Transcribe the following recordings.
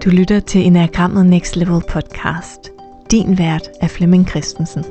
Du lytter til Enagrammet Next Level podcast. Din vært er Flemming Christensen.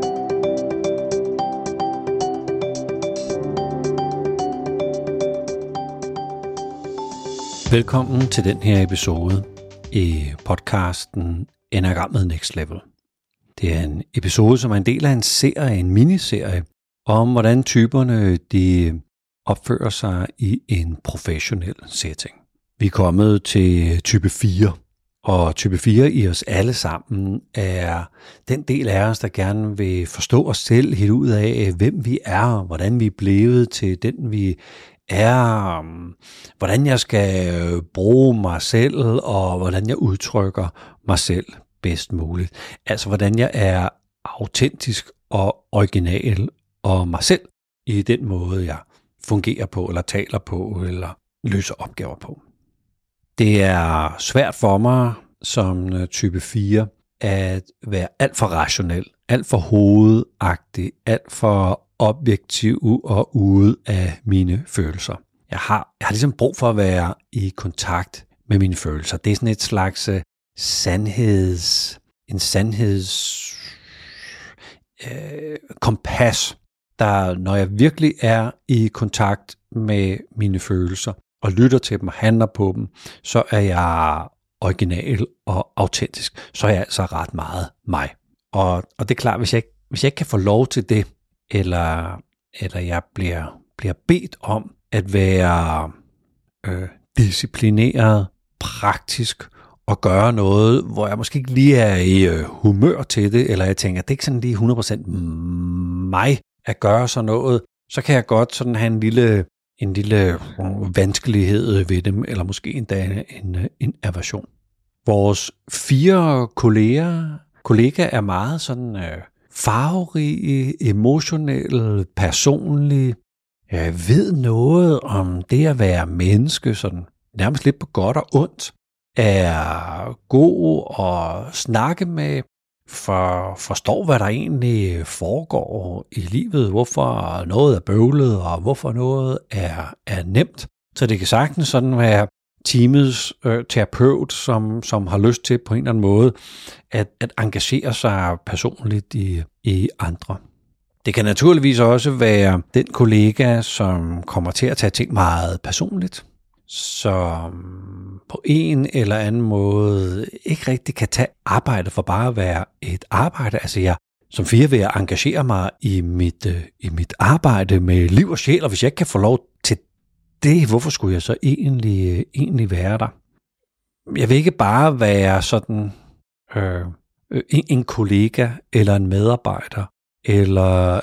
Velkommen til den her episode i podcasten Enagrammet Next Level. Det er en episode, som er en del af en serie, en miniserie, om hvordan typerne de opfører sig i en professionel setting. Vi er kommet til type 4, og type 4 i os alle sammen er den del af os, der gerne vil forstå os selv helt ud af, hvem vi er, hvordan vi er blevet til den, vi er, hvordan jeg skal bruge mig selv, og hvordan jeg udtrykker mig selv bedst muligt. Altså, hvordan jeg er autentisk og original og mig selv i den måde, jeg fungerer på, eller taler på, eller løser opgaver på. Det er svært for mig som type 4 at være alt for rationel, alt for hovedagtig, alt for objektiv og ude af mine følelser. Jeg har ligesom brug for at være i kontakt med mine følelser. Det er sådan et slags kompas, der når jeg virkelig er i kontakt med mine følelser og lytter til dem og handler på dem, så er jeg original og autentisk. Så er jeg altså ret meget mig. Og det er klart, hvis jeg ikke kan få lov til det, eller jeg bliver bedt om at være disciplineret, praktisk og gøre noget, hvor jeg måske ikke lige er i humør til det, eller jeg tænker, det er ikke sådan lige 100% mig at gøre sådan noget, så kan jeg godt sådan have en lille vanskelighed ved dem, eller måske endda en aversion. Vores 4 kollegaer er meget sådan farverige, emotionelle, personlige, ved noget om det at være menneske, sådan nærmest lidt på godt og ondt, er god at snakke med, forstår, hvad der egentlig foregår i livet, hvorfor noget er bøvlet, og hvorfor noget er nemt. Så det kan sagtens sådan være teamets terapeut, som har lyst til på en eller anden måde at engagere sig personligt i andre. Det kan naturligvis også være den kollega, som kommer til at tage ting meget personligt, som på en eller anden måde ikke rigtig kan tage arbejde for bare at være et arbejde. Altså jeg som 4 vil engagere mig i mit arbejde med liv og sjæl, og hvis jeg ikke kan få lov til det, hvorfor skulle jeg så egentlig være der? Jeg vil ikke bare være sådan en kollega eller en medarbejder eller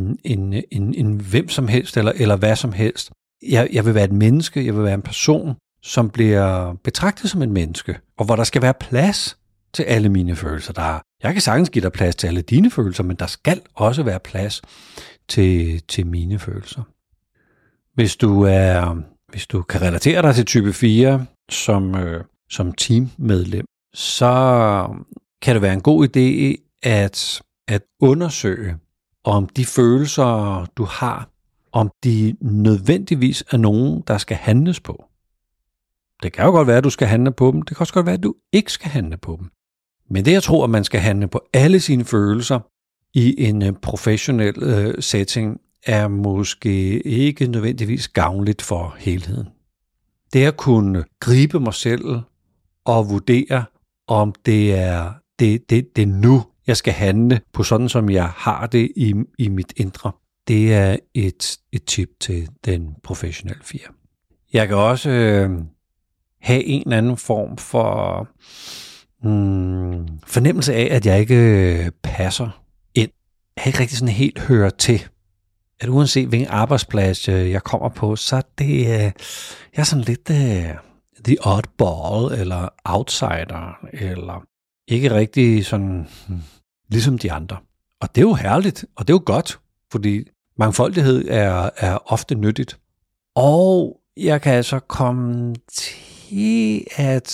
en hvem som helst eller hvad som helst. Jeg vil være et menneske, jeg vil være en person, som bliver betragtet som en menneske, og hvor der skal være plads til alle mine følelser. Jeg kan sagtens give dig plads til alle dine følelser, men der skal også være plads til mine følelser. Hvis du kan relatere dig til type 4 som teammedlem, så kan det være en god idé at undersøge, om de følelser, du har, om de nødvendigvis er nogen, der skal handles på. Det kan jo godt være, at du skal handle på dem. Det kan også godt være, at du ikke skal handle på dem. Men det, jeg tror, at man skal handle på alle sine følelser i en professionel setting, er måske ikke nødvendigvis gavnligt for helheden. Det at kunne gribe mig selv og vurdere, om det er nu, jeg skal handle på sådan, som jeg har det i mit indre. Det er et tip til den professionelle 4. Jeg kan også have en eller anden form for fornemmelse af, at jeg ikke passer ind. Jeg ikke rigtig sådan helt hører til. At uanset hvilken arbejdsplads jeg kommer på, så er det, jeg er sådan lidt the oddball, eller outsider, eller ikke rigtig sådan ligesom de andre. Og det er jo herligt, og det er jo godt, fordi mangfoldighed er ofte nyttigt. Og jeg kan altså komme til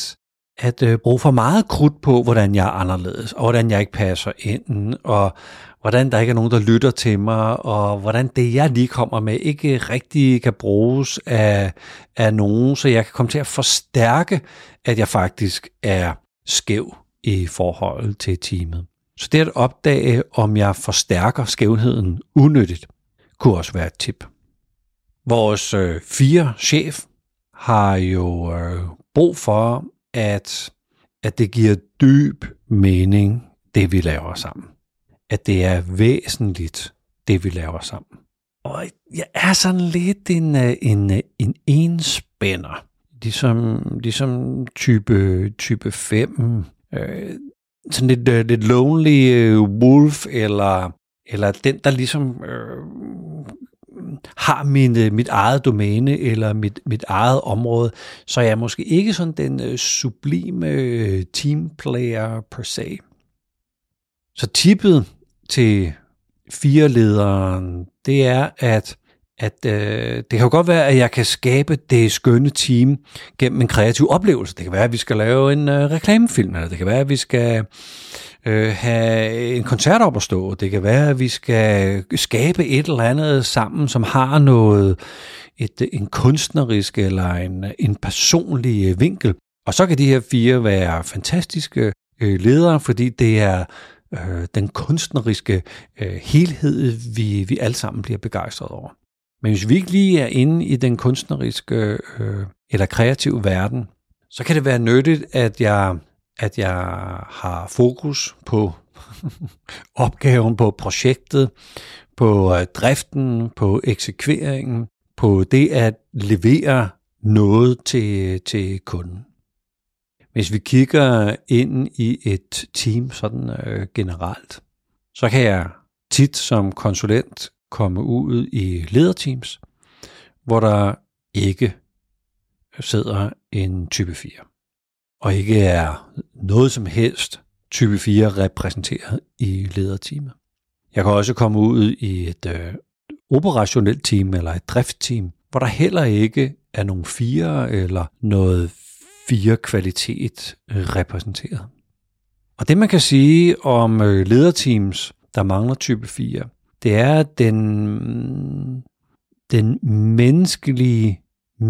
at bruge for meget krudt på, hvordan jeg er anderledes, og hvordan jeg ikke passer ind, og hvordan der ikke er nogen, der lytter til mig, og hvordan det, jeg lige kommer med, ikke rigtig kan bruges af nogen, så jeg kan komme til at forstærke, at jeg faktisk er skæv i forhold til teamet. Så det at opdage, om jeg forstærker skævheden unødigt, kunne også være et tip. Vores 4-chef har jo brug for, at det giver dyb mening, det vi laver sammen. At det er væsentligt, det vi laver sammen. Og jeg er sådan lidt en enspænder. Ligesom type 5. Sådan lidt lonely wolf, eller den, der ligesom har mit eget domæne, eller mit eget område. Så jeg er måske ikke sådan den sublime teamplayer per se. Så tippet til 4-lederen, det er, at det kan jo godt være, at jeg kan skabe det skønne team gennem en kreativ oplevelse. Det kan være, at vi skal lave en reklamefilm, eller det kan være, at vi skal have en koncert op at stå. Det kan være, at vi skal skabe et eller andet sammen, som har en kunstnerisk eller en personlig vinkel. Og så kan de her 4 være fantastiske ledere, fordi det er den kunstneriske helhed, vi alle sammen bliver begejstret over. Men hvis vi ikke lige er inde i den kunstneriske eller kreative verden, så kan det være nyttigt, at jeg har fokus på opgaven, på projektet, på driften, på eksekveringen, på det at levere noget til kunden. Hvis vi kigger ind i et team sådan generelt, så kan jeg tit som konsulent komme ud i lederteams, hvor der ikke sidder en type 4, og ikke er noget som helst type 4 repræsenteret i lederteamet. Jeg kan også komme ud i et operationelt team eller et driftteam, hvor der heller ikke er nogen 4 eller noget 4-kvalitet repræsenteret. Og det man kan sige om lederteams, der mangler type 4, det er, at den menneskelige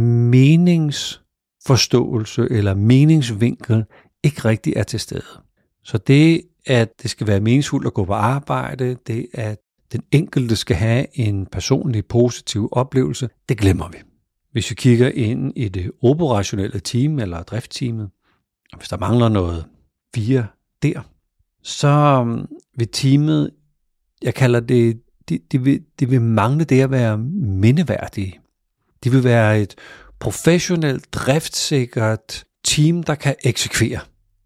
meningsforståelse eller meningsvinkel ikke rigtig er til stede. Så det, at det skal være meningsfuldt at gå på arbejde, det at den enkelte skal have en personlig positiv oplevelse, det glemmer vi. Hvis vi kigger ind i det operationelle team eller driftteamet, hvis der mangler noget 4 der, så vil teamet, jeg kalder det, det vil mangle det at være mindeværdige. Det vil være et professionelt, driftsikkert team, der kan eksekvere.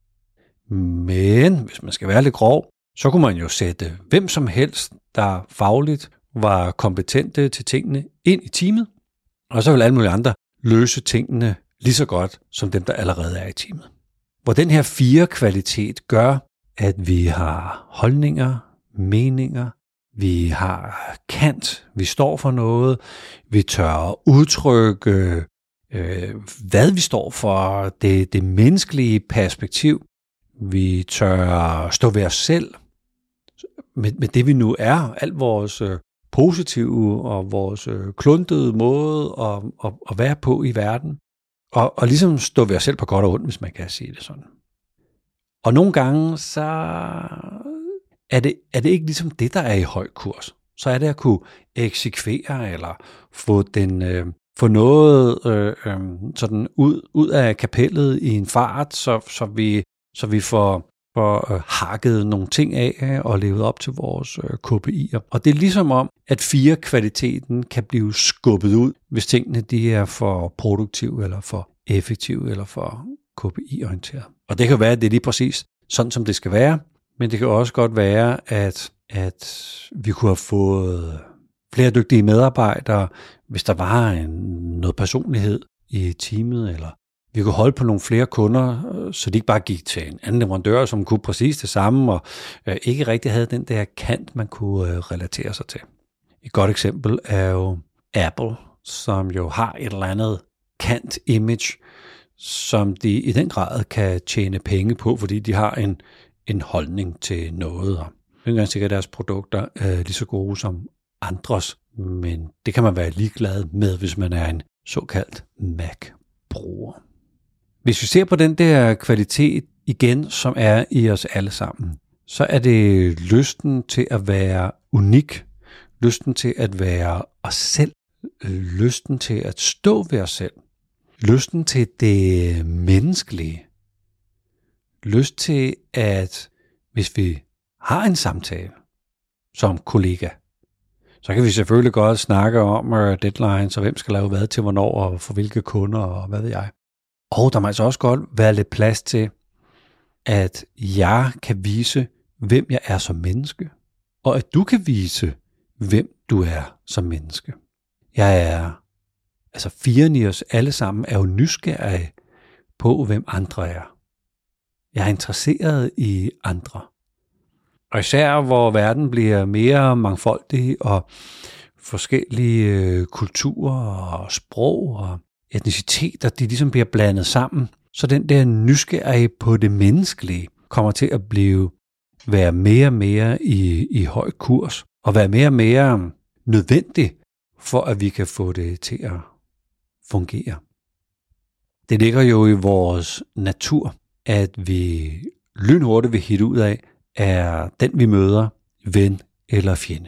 Men hvis man skal være lidt grov, så kunne man jo sætte hvem som helst, der fagligt var kompetente til tingene, ind i teamet, og så vil alle mulige andre løse tingene lige så godt, som dem, der allerede er i teamet. Hvor den her 4-kvalitet gør, at vi har holdninger, meninger, vi har kant, vi står for noget, vi tør udtrykke, hvad vi står for, det menneskelige perspektiv, vi tør stå ved os selv, med det vi nu er, alt vores positive og vores kluntede måde at være på i verden, og ligesom stå ved os selv på godt og ondt, hvis man kan sige det sådan. Og nogle gange, så er det ikke ligesom det, der er i høj kurs. Så er det at kunne eksekvere, eller få noget sådan ud af kapellet i en fart, så vi får hakket nogle ting af og levet op til vores KPI'er. Og det er ligesom om, at 4-kvaliteten kan blive skubbet ud, hvis tingene de er for produktive, eller for effektive, eller for KPI-orienteret. Og det kan være, at det er lige præcis sådan, som det skal være, men det kan også godt være, at vi kunne have fået flere dygtige medarbejdere, hvis der var noget personlighed i teamet, eller vi kunne holde på nogle flere kunder, så de ikke bare gik til en anden leverandør, som kunne præcis det samme, og ikke rigtig havde den der kant, man kunne relatere sig til. Et godt eksempel er jo Apple, som jo har et eller andet kant image, som de i den grad kan tjene penge på, fordi de har en holdning til noget. ikke engang sikkert, at deres produkter er lige så gode som andres, men det kan man være ligeglad med, hvis man er en såkaldt Mac-bruger. Hvis vi ser på den der kvalitet igen, som er i os alle sammen, så er det lysten til at være unik, lysten til at være os selv, lysten til at stå ved os selv, lysten til det menneskelige, lyst til, at hvis vi har en samtale som kollega, så kan vi selvfølgelig godt snakke om deadlines, og hvem skal lave hvad til hvornår, og for hvilke kunder, og hvad ved jeg. Og der må altså også godt være lidt plads til, at jeg kan vise, hvem jeg er som menneske, og at du kan vise, hvem du er som menneske. Firen i os alle sammen er jo nysgerrige på, hvem andre er. Jeg er interesseret i andre. Og især hvor verden bliver mere mangfoldig og forskellige kulturer og sprog og etniciteter, de ligesom bliver blandet sammen, så den der nysgerrige på det menneskelige kommer til at være mere og mere i høj kurs og være mere og mere nødvendig for, at vi kan få det til at fungere. Det ligger jo i vores natur, at vi lynhurtigt vil hitte ud af, er den vi møder ven eller fjende.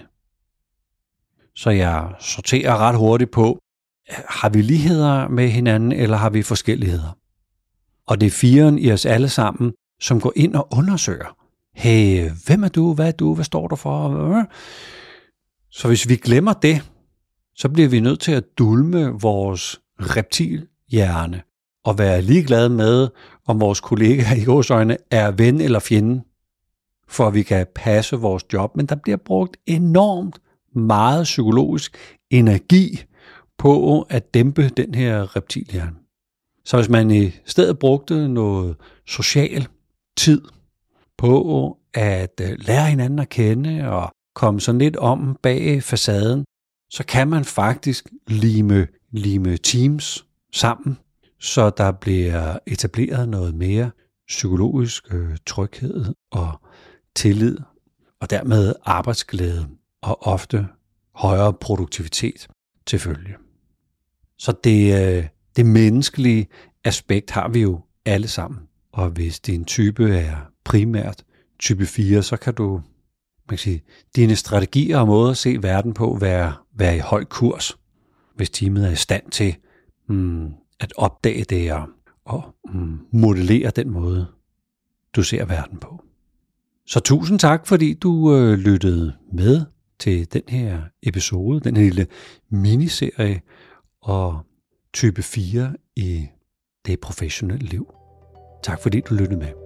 Så jeg sorterer ret hurtigt på, har vi ligheder med hinanden, eller har vi forskelligheder? Og det er firen i os alle sammen, som går ind og undersøger. Hey, hvem er du? Hvad er du? Hvad står du for? Så hvis vi glemmer det, så bliver vi nødt til at dulme vores reptilhjerne og være ligeglade med, om vores kollegaer i gåseøjne er ven eller fjende, for at vi kan passe vores job. Men der bliver brugt enormt meget psykologisk energi på at dæmpe den her reptilhjerne. Så hvis man i stedet brugte noget social tid på at lære hinanden at kende og komme sådan lidt om bag facaden, så kan man faktisk lime teams sammen, så der bliver etableret noget mere psykologisk tryghed og tillid, og dermed arbejdsglæde og ofte højere produktivitet til følge. Så det menneskelige aspekt har vi jo alle sammen. Og hvis din type er primært type 4, så kan du, dine strategier og måder at se verden på være i høj kurs, hvis teamet er i stand til at opdage det og modellere den måde, du ser verden på. Så tusind tak, fordi du lyttede med til den her episode, den her lille miniserie og type 4 i det professionelle liv. Tak fordi du lyttede med.